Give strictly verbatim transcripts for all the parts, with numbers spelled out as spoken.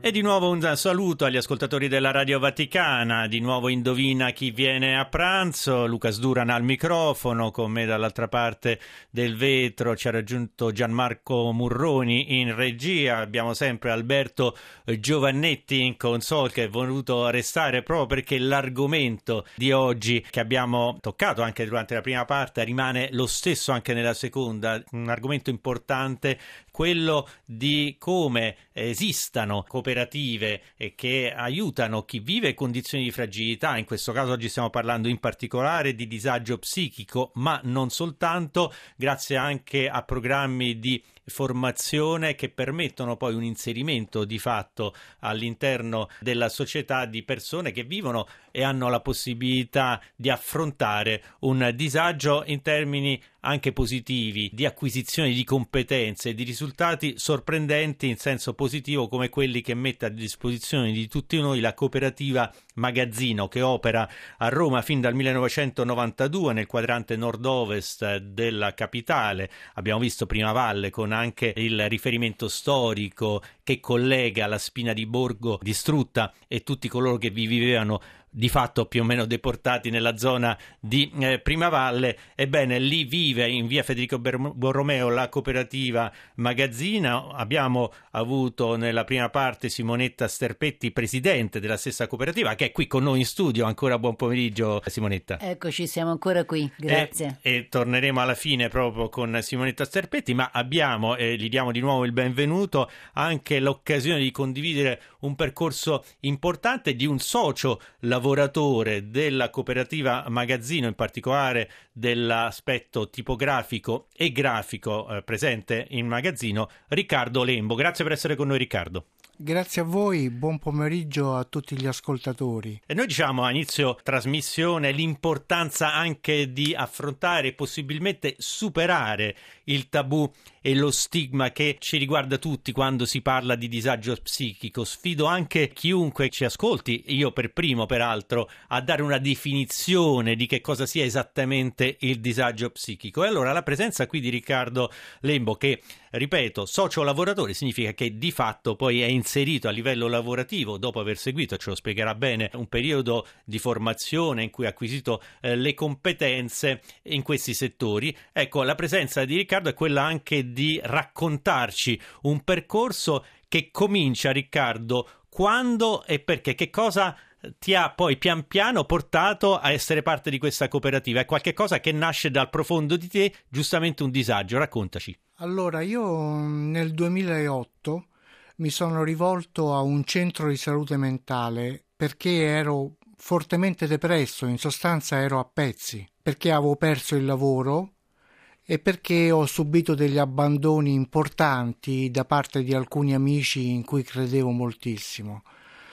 E di nuovo un saluto agli ascoltatori della Radio Vaticana, di nuovo indovina chi viene a pranzo, Lucas Duran al microfono, con me dall'altra parte del vetro ci ha raggiunto Gianmarco Murroni in regia, abbiamo sempre Alberto Giovannetti in console che è voluto restare proprio perché l'argomento di oggi che abbiamo toccato anche durante la prima parte rimane lo stesso anche nella seconda, un argomento importante, quello di come esistano cooperative che aiutano chi vive condizioni di fragilità. In questo caso oggi stiamo parlando in particolare di disagio psichico, ma non soltanto, grazie anche a programmi di formazione che permettono poi un inserimento di fatto all'interno della società di persone che vivono e hanno la possibilità di affrontare un disagio in termini anche positivi, di acquisizione di competenze, di risultati sorprendenti in senso positivo come quelli che mette a disposizione di tutti noi la cooperativa Magazzino, che opera a Roma fin dal millenovecentonovantadue nel quadrante nord-ovest della capitale. Abbiamo visto Primavalle con anche il riferimento storico che collega la spina di Borgo distrutta e tutti coloro che vi vivevano di fatto più o meno deportati nella zona di eh, Primavalle. Ebbene, lì vive in via Federico Borromeo la cooperativa Magazzino. Abbiamo avuto nella prima parte Simonetta Sterpetti, presidente della stessa cooperativa, che è qui con noi in studio. Ancora buon pomeriggio, Simonetta. Eccoci, siamo ancora qui, grazie. E, e torneremo alla fine proprio con Simonetta Sterpetti, ma abbiamo, e gli diamo di nuovo il benvenuto, anche l'occasione di condividere un percorso importante di un socio lavoratore della cooperativa Magazzino, in particolare dell'aspetto tipografico e grafico eh, presente in Magazzino, Riccardo Lembo. Grazie per essere con noi, Riccardo. Grazie a voi, buon pomeriggio a tutti gli ascoltatori. E noi diciamo a inizio trasmissione l'importanza anche di affrontare e possibilmente superare il tabù e lo stigma che ci riguarda tutti quando si parla di disagio psichico. Sfido anche chiunque ci ascolti, io per primo peraltro, a dare una definizione di che cosa sia esattamente il disagio psichico. E allora la presenza qui di Riccardo Lembo, che ripeto, socio lavoratore, significa che di fatto poi è inserito a livello lavorativo dopo aver seguito, ce lo spiegherà bene, un periodo di formazione in cui ha acquisito eh, le competenze in questi settori. Ecco, la presenza di Riccardo è quella anche di raccontarci un percorso che comincia, Riccardo, quando e perché, che cosa ti ha poi pian piano portato a essere parte di questa cooperativa? È qualche cosa che nasce dal profondo di te, giustamente un disagio, raccontaci. Allora, io nel duemilaotto mi sono rivolto a un centro di salute mentale perché ero fortemente depresso, in sostanza ero a pezzi, perché avevo perso il lavoro e perché ho subito degli abbandoni importanti da parte di alcuni amici in cui credevo moltissimo.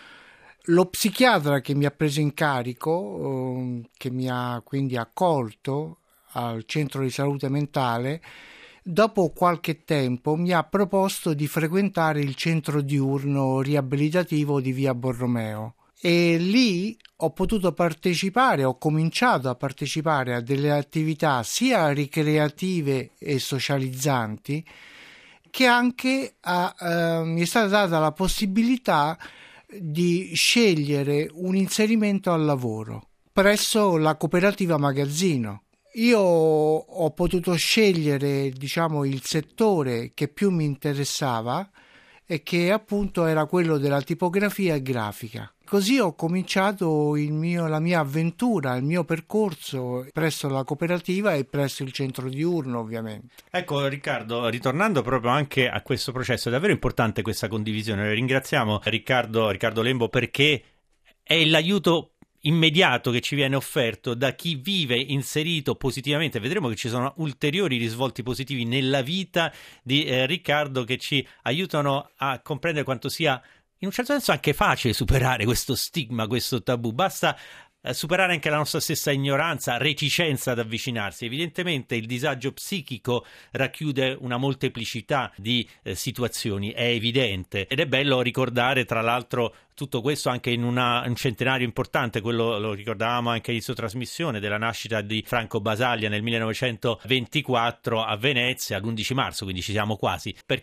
Lo psichiatra che mi ha preso in carico, che mi ha quindi accolto al centro di salute mentale, dopo qualche tempo mi ha proposto di frequentare il centro diurno riabilitativo di via Borromeo e lì ho potuto partecipare, ho cominciato a partecipare a delle attività sia ricreative e socializzanti che anche a, eh, mi è stata data la possibilità di scegliere un inserimento al lavoro presso la cooperativa Magazzino. Io ho potuto scegliere, diciamo, il settore che più mi interessava e che appunto era quello della tipografia e grafica. Così ho cominciato il mio, la mia avventura, il mio percorso presso la cooperativa e presso il centro diurno, ovviamente. Ecco, Riccardo, ritornando proprio anche a questo processo, è davvero importante questa condivisione. Ringraziamo Riccardo, Riccardo Lembo perché è l'aiuto immediato che ci viene offerto da chi vive inserito positivamente. Vedremo che ci sono ulteriori risvolti positivi nella vita di eh, Riccardo che ci aiutano a comprendere quanto sia in un certo senso anche facile superare questo stigma, questo tabù. Basta eh, superare anche la nostra stessa ignoranza, reticenza ad avvicinarsi. Evidentemente il disagio psichico racchiude una molteplicità di eh, situazioni, è evidente, ed è bello ricordare tra l'altro tutto questo anche in una, un centenario importante, quello lo ricordavamo anche all'inizio trasmissione, della nascita di Franco Basaglia nel millenovecentoventiquattro a Venezia, l'undici marzo, quindi ci siamo quasi, perché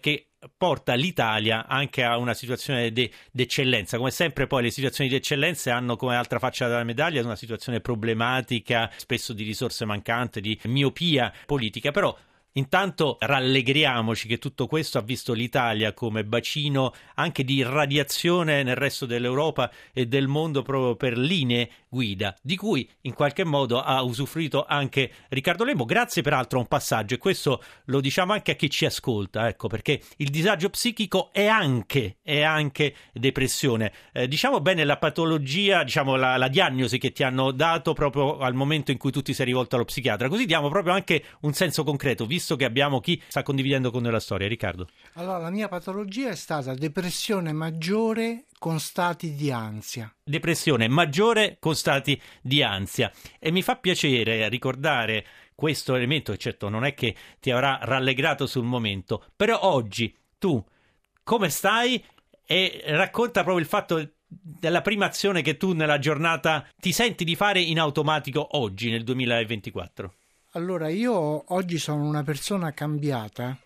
porta l'Italia anche a una situazione di eccellenza. Come sempre poi le situazioni di eccellenza hanno come altra faccia della medaglia una situazione problematica, spesso di risorse mancanti, di miopia politica, però intanto rallegriamoci che tutto questo ha visto l'Italia come bacino anche di irradiazione nel resto dell'Europa e del mondo proprio per linee guida, di cui in qualche modo ha usufruito anche Riccardo Lembo. Grazie peraltro a un passaggio, e questo lo diciamo anche a chi ci ascolta, ecco, perché il disagio psichico è anche, è anche depressione. Eh, diciamo bene la patologia, diciamo la, la diagnosi che ti hanno dato proprio al momento in cui tu ti sei rivolto allo psichiatra, così diamo proprio anche un senso concreto, visto che abbiamo chi sta condividendo con noi la storia. Riccardo. Allora, la mia patologia è stata depressione maggiore con stati di ansia. Depressione maggiore con stati di ansia. E mi fa piacere ricordare questo elemento, che certo non è che ti avrà rallegrato sul momento, però oggi tu come stai? E racconta proprio il fatto della prima azione che tu nella giornata ti senti di fare in automatico oggi, nel duemilaventiquattro. Allora, io oggi sono una persona cambiata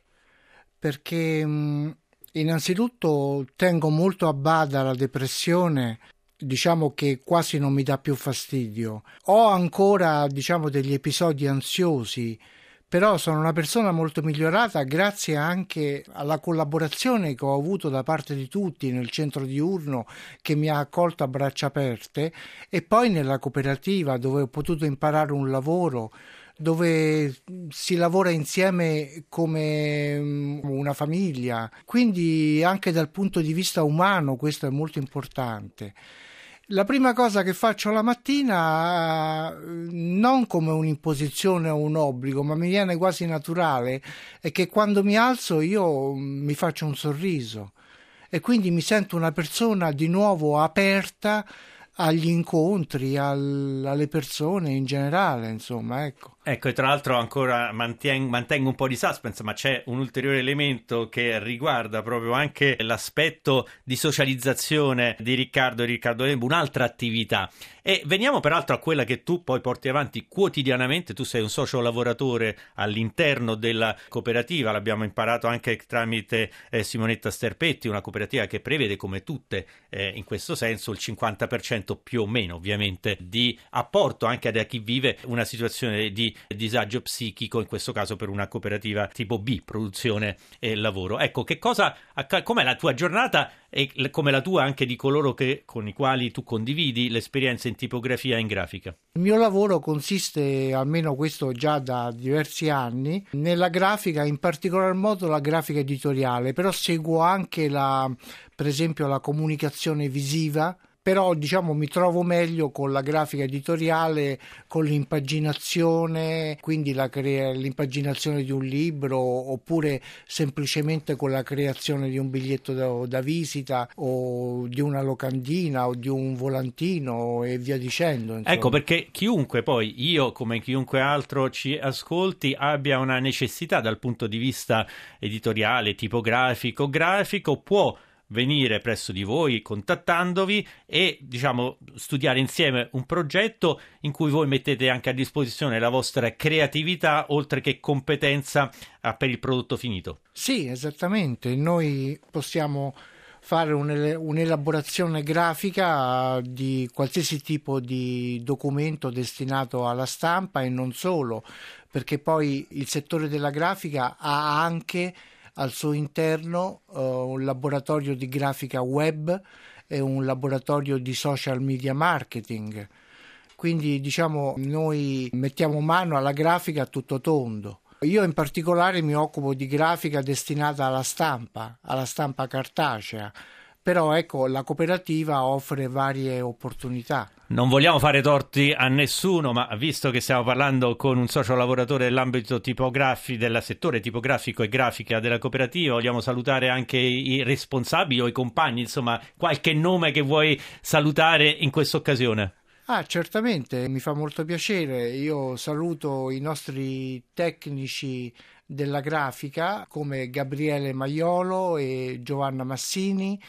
perché mh, innanzitutto tengo molto a bada la depressione, diciamo che quasi non mi dà più fastidio. Ho ancora, diciamo, degli episodi ansiosi, però sono una persona molto migliorata grazie anche alla collaborazione che ho avuto da parte di tutti nel centro diurno, che mi ha accolto a braccia aperte, e poi nella cooperativa dove ho potuto imparare un lavoro, dove si lavora insieme come una famiglia, quindi anche dal punto di vista umano questo è molto importante. La prima cosa che faccio la mattina, non come un'imposizione o un obbligo, ma mi viene quasi naturale, è che quando mi alzo io mi faccio un sorriso e quindi mi sento una persona di nuovo aperta agli incontri, al, alle persone in generale, insomma, ecco. Ecco, e tra l'altro ancora mantengo, mantengo un po' di suspense, ma c'è un ulteriore elemento che riguarda proprio anche l'aspetto di socializzazione di Riccardo e Riccardo Lembo, un'altra attività. E veniamo peraltro a quella che tu poi porti avanti quotidianamente. Tu sei un socio lavoratore all'interno della cooperativa, l'abbiamo imparato anche tramite eh, Simonetta Sterpetti, una cooperativa che prevede, come tutte eh, in questo senso, il cinquanta per cento più o meno ovviamente di apporto anche da chi vive una situazione di disagio psichico, in questo caso per una cooperativa tipo B, produzione e lavoro. Ecco, che cosa, com'è la tua giornata e come la tua anche di coloro che, con i quali tu condividi l'esperienza in tipografia e in grafica? Il mio lavoro consiste, almeno questo già da diversi anni, nella grafica, in particolar modo la grafica editoriale, però seguo anche la, per esempio la comunicazione visiva. Però diciamo mi trovo meglio con la grafica editoriale, con l'impaginazione, quindi la crea- l'impaginazione di un libro, oppure semplicemente con la creazione di un biglietto da, da visita o di una locandina o di un volantino e via dicendo, insomma. Ecco, perché chiunque poi, io come chiunque altro ci ascolti, abbia una necessità dal punto di vista editoriale, tipografico, grafico, può venire presso di voi contattandovi e diciamo studiare insieme un progetto in cui voi mettete anche a disposizione la vostra creatività oltre che competenza ah, per il prodotto finito. Sì, esattamente, noi possiamo fare un'elaborazione grafica di qualsiasi tipo di documento destinato alla stampa e non solo, perché poi il settore della grafica ha anche al suo interno uh, un laboratorio di grafica web e un laboratorio di social media marketing. Quindi diciamo noi mettiamo mano alla grafica a tutto tondo. Io in particolare mi occupo di grafica destinata alla stampa, alla stampa cartacea, però ecco la cooperativa offre varie opportunità. Non vogliamo fare torti a nessuno, ma visto che stiamo parlando con un socio lavoratore dell'ambito tipografico, del settore tipografico e grafica della cooperativa, vogliamo salutare anche i responsabili o i compagni, insomma qualche nome che vuoi salutare in questa occasione. Ah, certamente, mi fa molto piacere. Io saluto i nostri tecnici della grafica come Gabriele Maiolo e Giovanna Massini,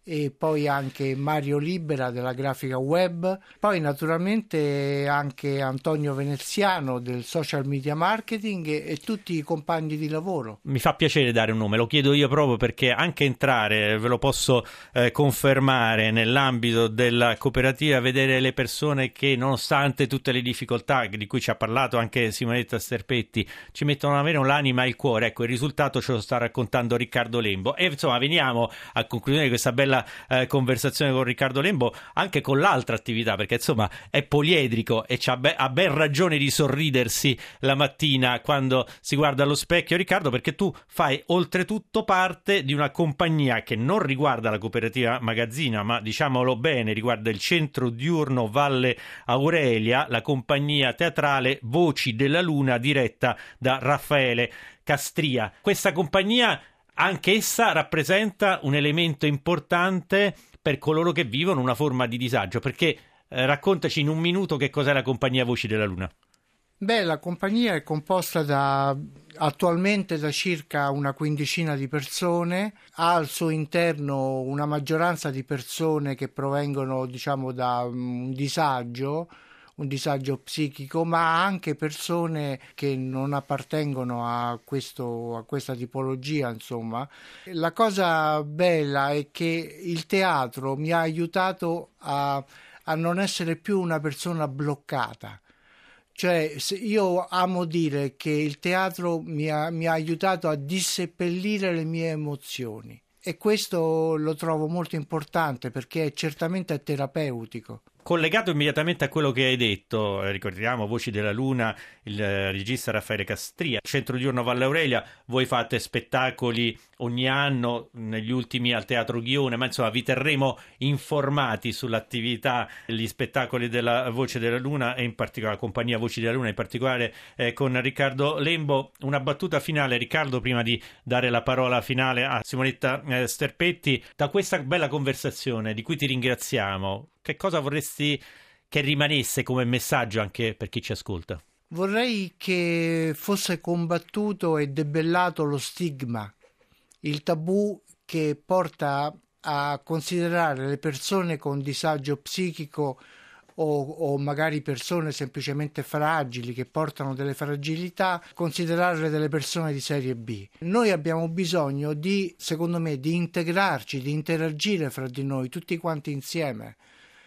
e poi anche Mario Libera della grafica web, poi naturalmente anche Antonio Veneziano del social media marketing e, e tutti i compagni di lavoro. Mi fa piacere dare un nome, lo chiedo io proprio perché anche entrare, ve lo posso eh, confermare, nell'ambito della cooperativa, vedere le persone che nonostante tutte le difficoltà di cui ci ha parlato anche Simonetta Sterpetti ci mettono ad avere l'anima e il cuore. Ecco, il risultato ce lo sta raccontando Riccardo Lembo e insomma veniamo a conclusione di questa bella Eh, conversazione con Riccardo Lembo anche con l'altra attività, perché insomma è poliedrico e c'ha be- ha ben ragione di sorridersi la mattina quando si guarda allo specchio, Riccardo, perché tu fai oltretutto parte di una compagnia che non riguarda la cooperativa Magazzina, ma diciamolo bene, riguarda il centro diurno Valle Aurelia, la compagnia teatrale Voci della Luna diretta da Raffaele Castria. Questa compagnia anch'essa rappresenta un elemento importante per coloro che vivono una forma di disagio, perché eh, raccontaci in un minuto che cos'è la compagnia Voci della Luna. Beh, la compagnia è composta da attualmente da circa una quindicina di persone, ha al suo interno una maggioranza di persone che provengono, diciamo, da un disagio un disagio psichico, ma anche persone che non appartengono a questo a questa tipologia, insomma. La cosa bella è che il teatro mi ha aiutato a, a non essere più una persona bloccata. Cioè, io amo dire che il teatro mi ha, mi ha aiutato a disseppellire le mie emozioni e questo lo trovo molto importante perché è certamente terapeutico. Collegato immediatamente a quello che hai detto, eh, ricordiamo Voci della Luna, il eh, regista Raffaele Castria, Centro Diurno Valle Aurelia, voi fate spettacoli ogni anno, negli ultimi al Teatro Ghione, ma insomma vi terremo informati sull'attività, gli spettacoli della Voce della Luna e in particolare la compagnia Voci della Luna, in particolare eh, con Riccardo Lembo. Una battuta finale, Riccardo, prima di dare la parola finale a Simonetta eh, Sterpetti. Da questa bella conversazione di cui ti ringraziamo, che cosa vorresti che rimanesse come messaggio anche per chi ci ascolta? Vorrei che fosse combattuto e debellato lo stigma, il tabù che porta a considerare le persone con disagio psichico o, o magari persone semplicemente fragili che portano delle fragilità, considerarle delle persone di serie B. Noi abbiamo bisogno di, secondo me, di integrarci, di interagire fra di noi, tutti quanti insieme.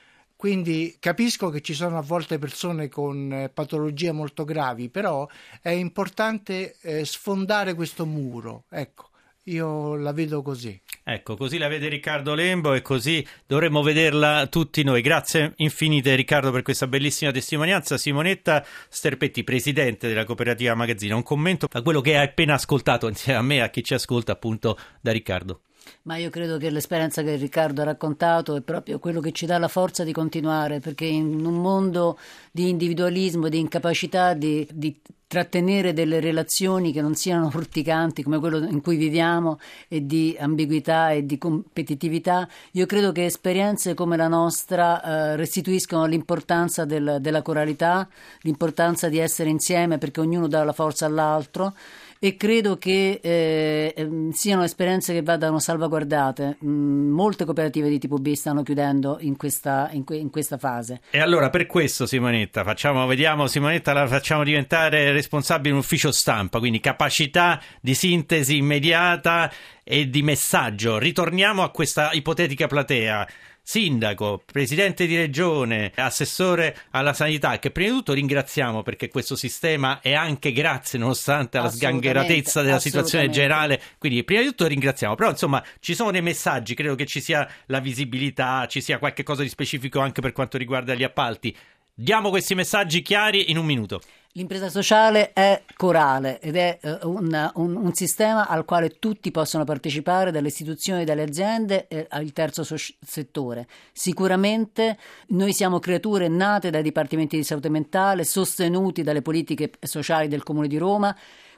Quindi capisco che ci sono a volte persone con eh, patologie molto gravi, però è importante eh, sfondare questo muro, ecco, io la vedo così. Ecco, così la vede Riccardo Lembo e così dovremmo vederla tutti noi. Grazie infinite Riccardo per questa bellissima testimonianza. Simonetta Sterpetti, presidente della cooperativa Magazzina, un commento a quello che hai appena ascoltato insieme a me e a chi ci ascolta appunto da Riccardo. Ma io credo che l'esperienza che Riccardo ha raccontato è proprio quello che ci dà la forza di continuare, perché in un mondo di individualismo, di incapacità di, di trattenere delle relazioni che non siano urticanti come quello in cui viviamo e di ambiguità e di competitività, io credo che esperienze come la nostra eh, restituiscono l'importanza del, della coralità, l'importanza di essere insieme perché ognuno dà la forza all'altro. E credo che eh, siano esperienze che vadano salvaguardate. Mm, molte cooperative di tipo B stanno chiudendo in questa, in, que- in questa fase. E allora per questo Simonetta, facciamo, vediamo Simonetta, la facciamo diventare responsabile in ufficio stampa, quindi capacità di sintesi immediata e di messaggio. Ritorniamo a questa ipotetica platea. Sindaco, presidente di regione, assessore alla sanità, che prima di tutto ringraziamo perché questo sistema è anche grazie, nonostante alla sgangheratezza della situazione generale, quindi prima di tutto ringraziamo, però insomma ci sono dei messaggi, credo che ci sia la visibilità, ci sia qualche cosa di specifico anche per quanto riguarda gli appalti. Diamo questi messaggi chiari in un minuto. L'impresa sociale è corale ed è uh, un, un, un sistema al quale tutti possono partecipare, dalle istituzioni, dalle aziende e al terzo so- settore. Sicuramente noi siamo creature nate dai dipartimenti di salute mentale, sostenuti dalle politiche sociali del Comune di Roma,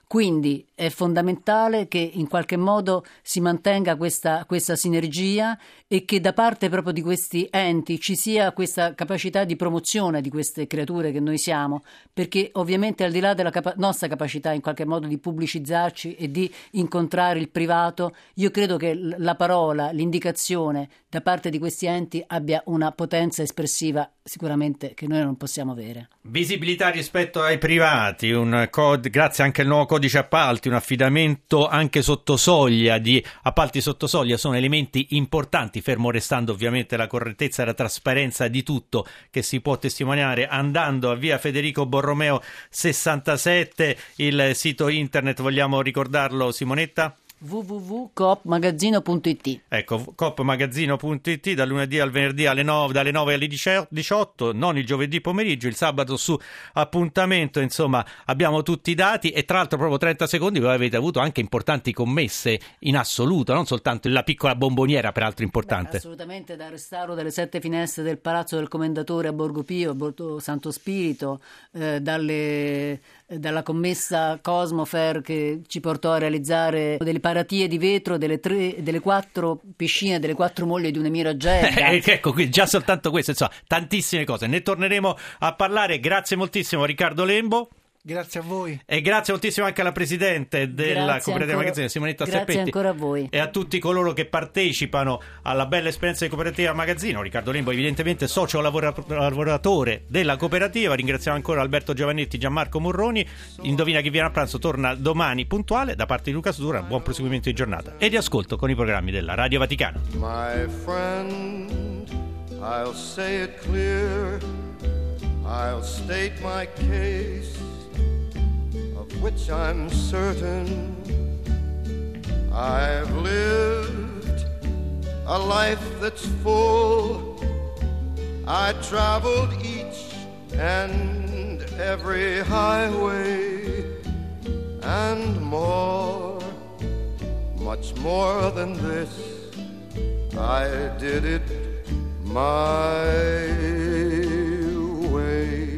Quindi è fondamentale che in qualche modo si mantenga questa, questa sinergia e che da parte proprio di questi enti ci sia questa capacità di promozione di queste creature che noi siamo, perché ovviamente al di là della capa- nostra capacità in qualche modo di pubblicizzarci e di incontrare il privato, io credo che la parola, l'indicazione da parte di questi enti abbia una potenza espressiva sicuramente che noi non possiamo avere. Visibilità rispetto ai privati, un cod- grazie anche al nuovo codice appalti, un affidamento anche sotto soglia, di appalti sotto soglia, sono elementi importanti, fermo restando ovviamente la correttezza e la trasparenza di tutto, che si può testimoniare andando a via Federico Borromeo sessantasette, il sito internet, vogliamo ricordarlo, Simonetta? w w w punto coop magazzino punto i t. Ecco, coop magazzino punto i t, dal lunedì al venerdì alle nove, dalle nove alle diciotto, non il giovedì pomeriggio, il sabato su appuntamento. Insomma, abbiamo tutti i dati e tra l'altro proprio trenta secondi voi avete avuto anche importanti commesse in assoluto, non soltanto la piccola bomboniera, peraltro importante. Beh, assolutamente, dal restauro delle sette finestre del Palazzo del Commendatore a Borgo Pio, a Borgo Santo Spirito, eh, dalle... dalla commessa Cosmofer che ci portò a realizzare delle paratie di vetro delle, tre, delle quattro piscine, delle quattro mogli di un emiro a Jeddah. Ecco, qui già soltanto questo, insomma, tantissime cose. Ne torneremo a parlare. Grazie moltissimo a Riccardo Lembo. Grazie a voi. E grazie moltissimo anche alla Presidente della Grazie Cooperativa ancora, Magazzino, Simonetta grazie Seppetti. ancora a voi. E a tutti coloro che partecipano alla bella esperienza di Cooperativa Magazzino. Riccardo Lembo evidentemente socio lavora- lavoratore della cooperativa. Ringraziamo ancora Alberto Giovannetti, Gianmarco Murroni. Indovina chi viene a pranzo torna domani puntuale. Da parte di Luca Sudura, buon proseguimento di giornata e di ascolto con i programmi della Radio Vaticana. My friend, I'll say it clear, I'll state my case, which I'm certain. I've lived a life that's full. I traveled each and every highway and more, much more than this. I did it my way.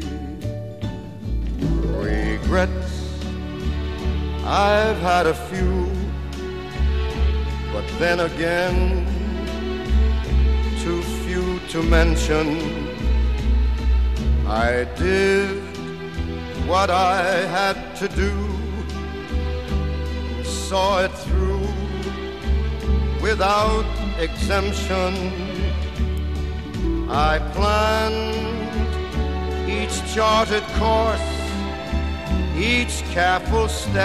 Regrets, I've had a few, but then again, too few to mention. I did what I had to do, saw it through without exemption. I planned each charted course, each careful step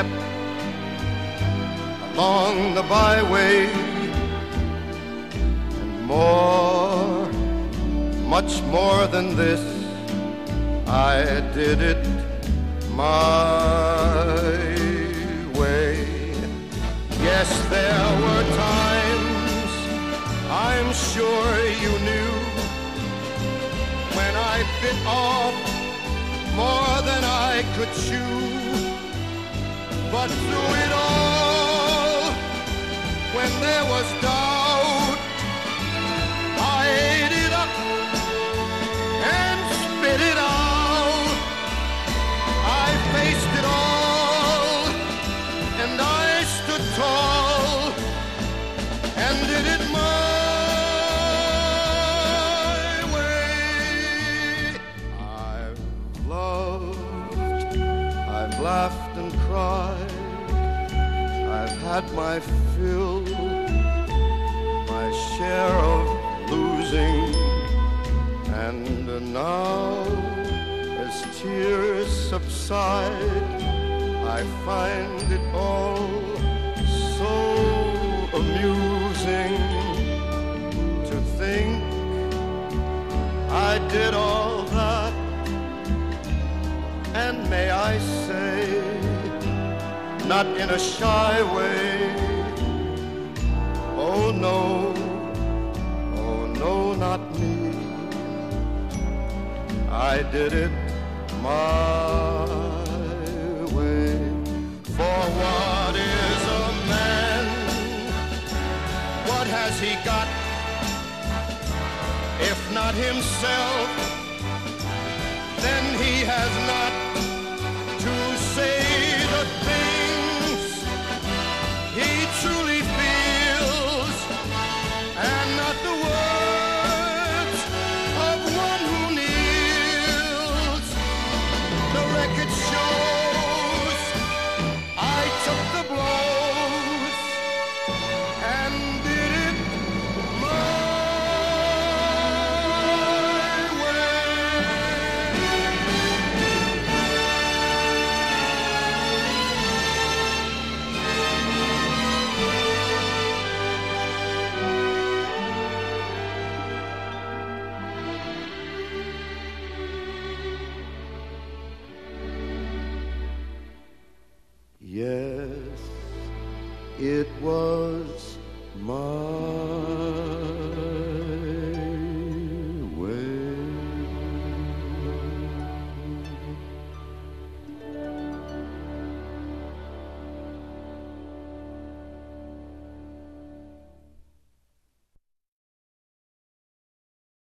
along the byway, and more, much more than this, I did it my way. Yes, there were times, I'm sure you knew, when I bit off more than I could chew. But through it all, when there was doubt, I ate it up and spit it out. I faced it all, and I stood tall and did it my way. I've loved, I've laughed and cried, I've had my fill, my share of losing, and now as tears subside, I find it all so amusing to think I did all that, and may I say, not in a shy way, oh no, oh no, not me, I did it my way. For what is a man, what has he got, if not himself, then he has not to say the thing it was my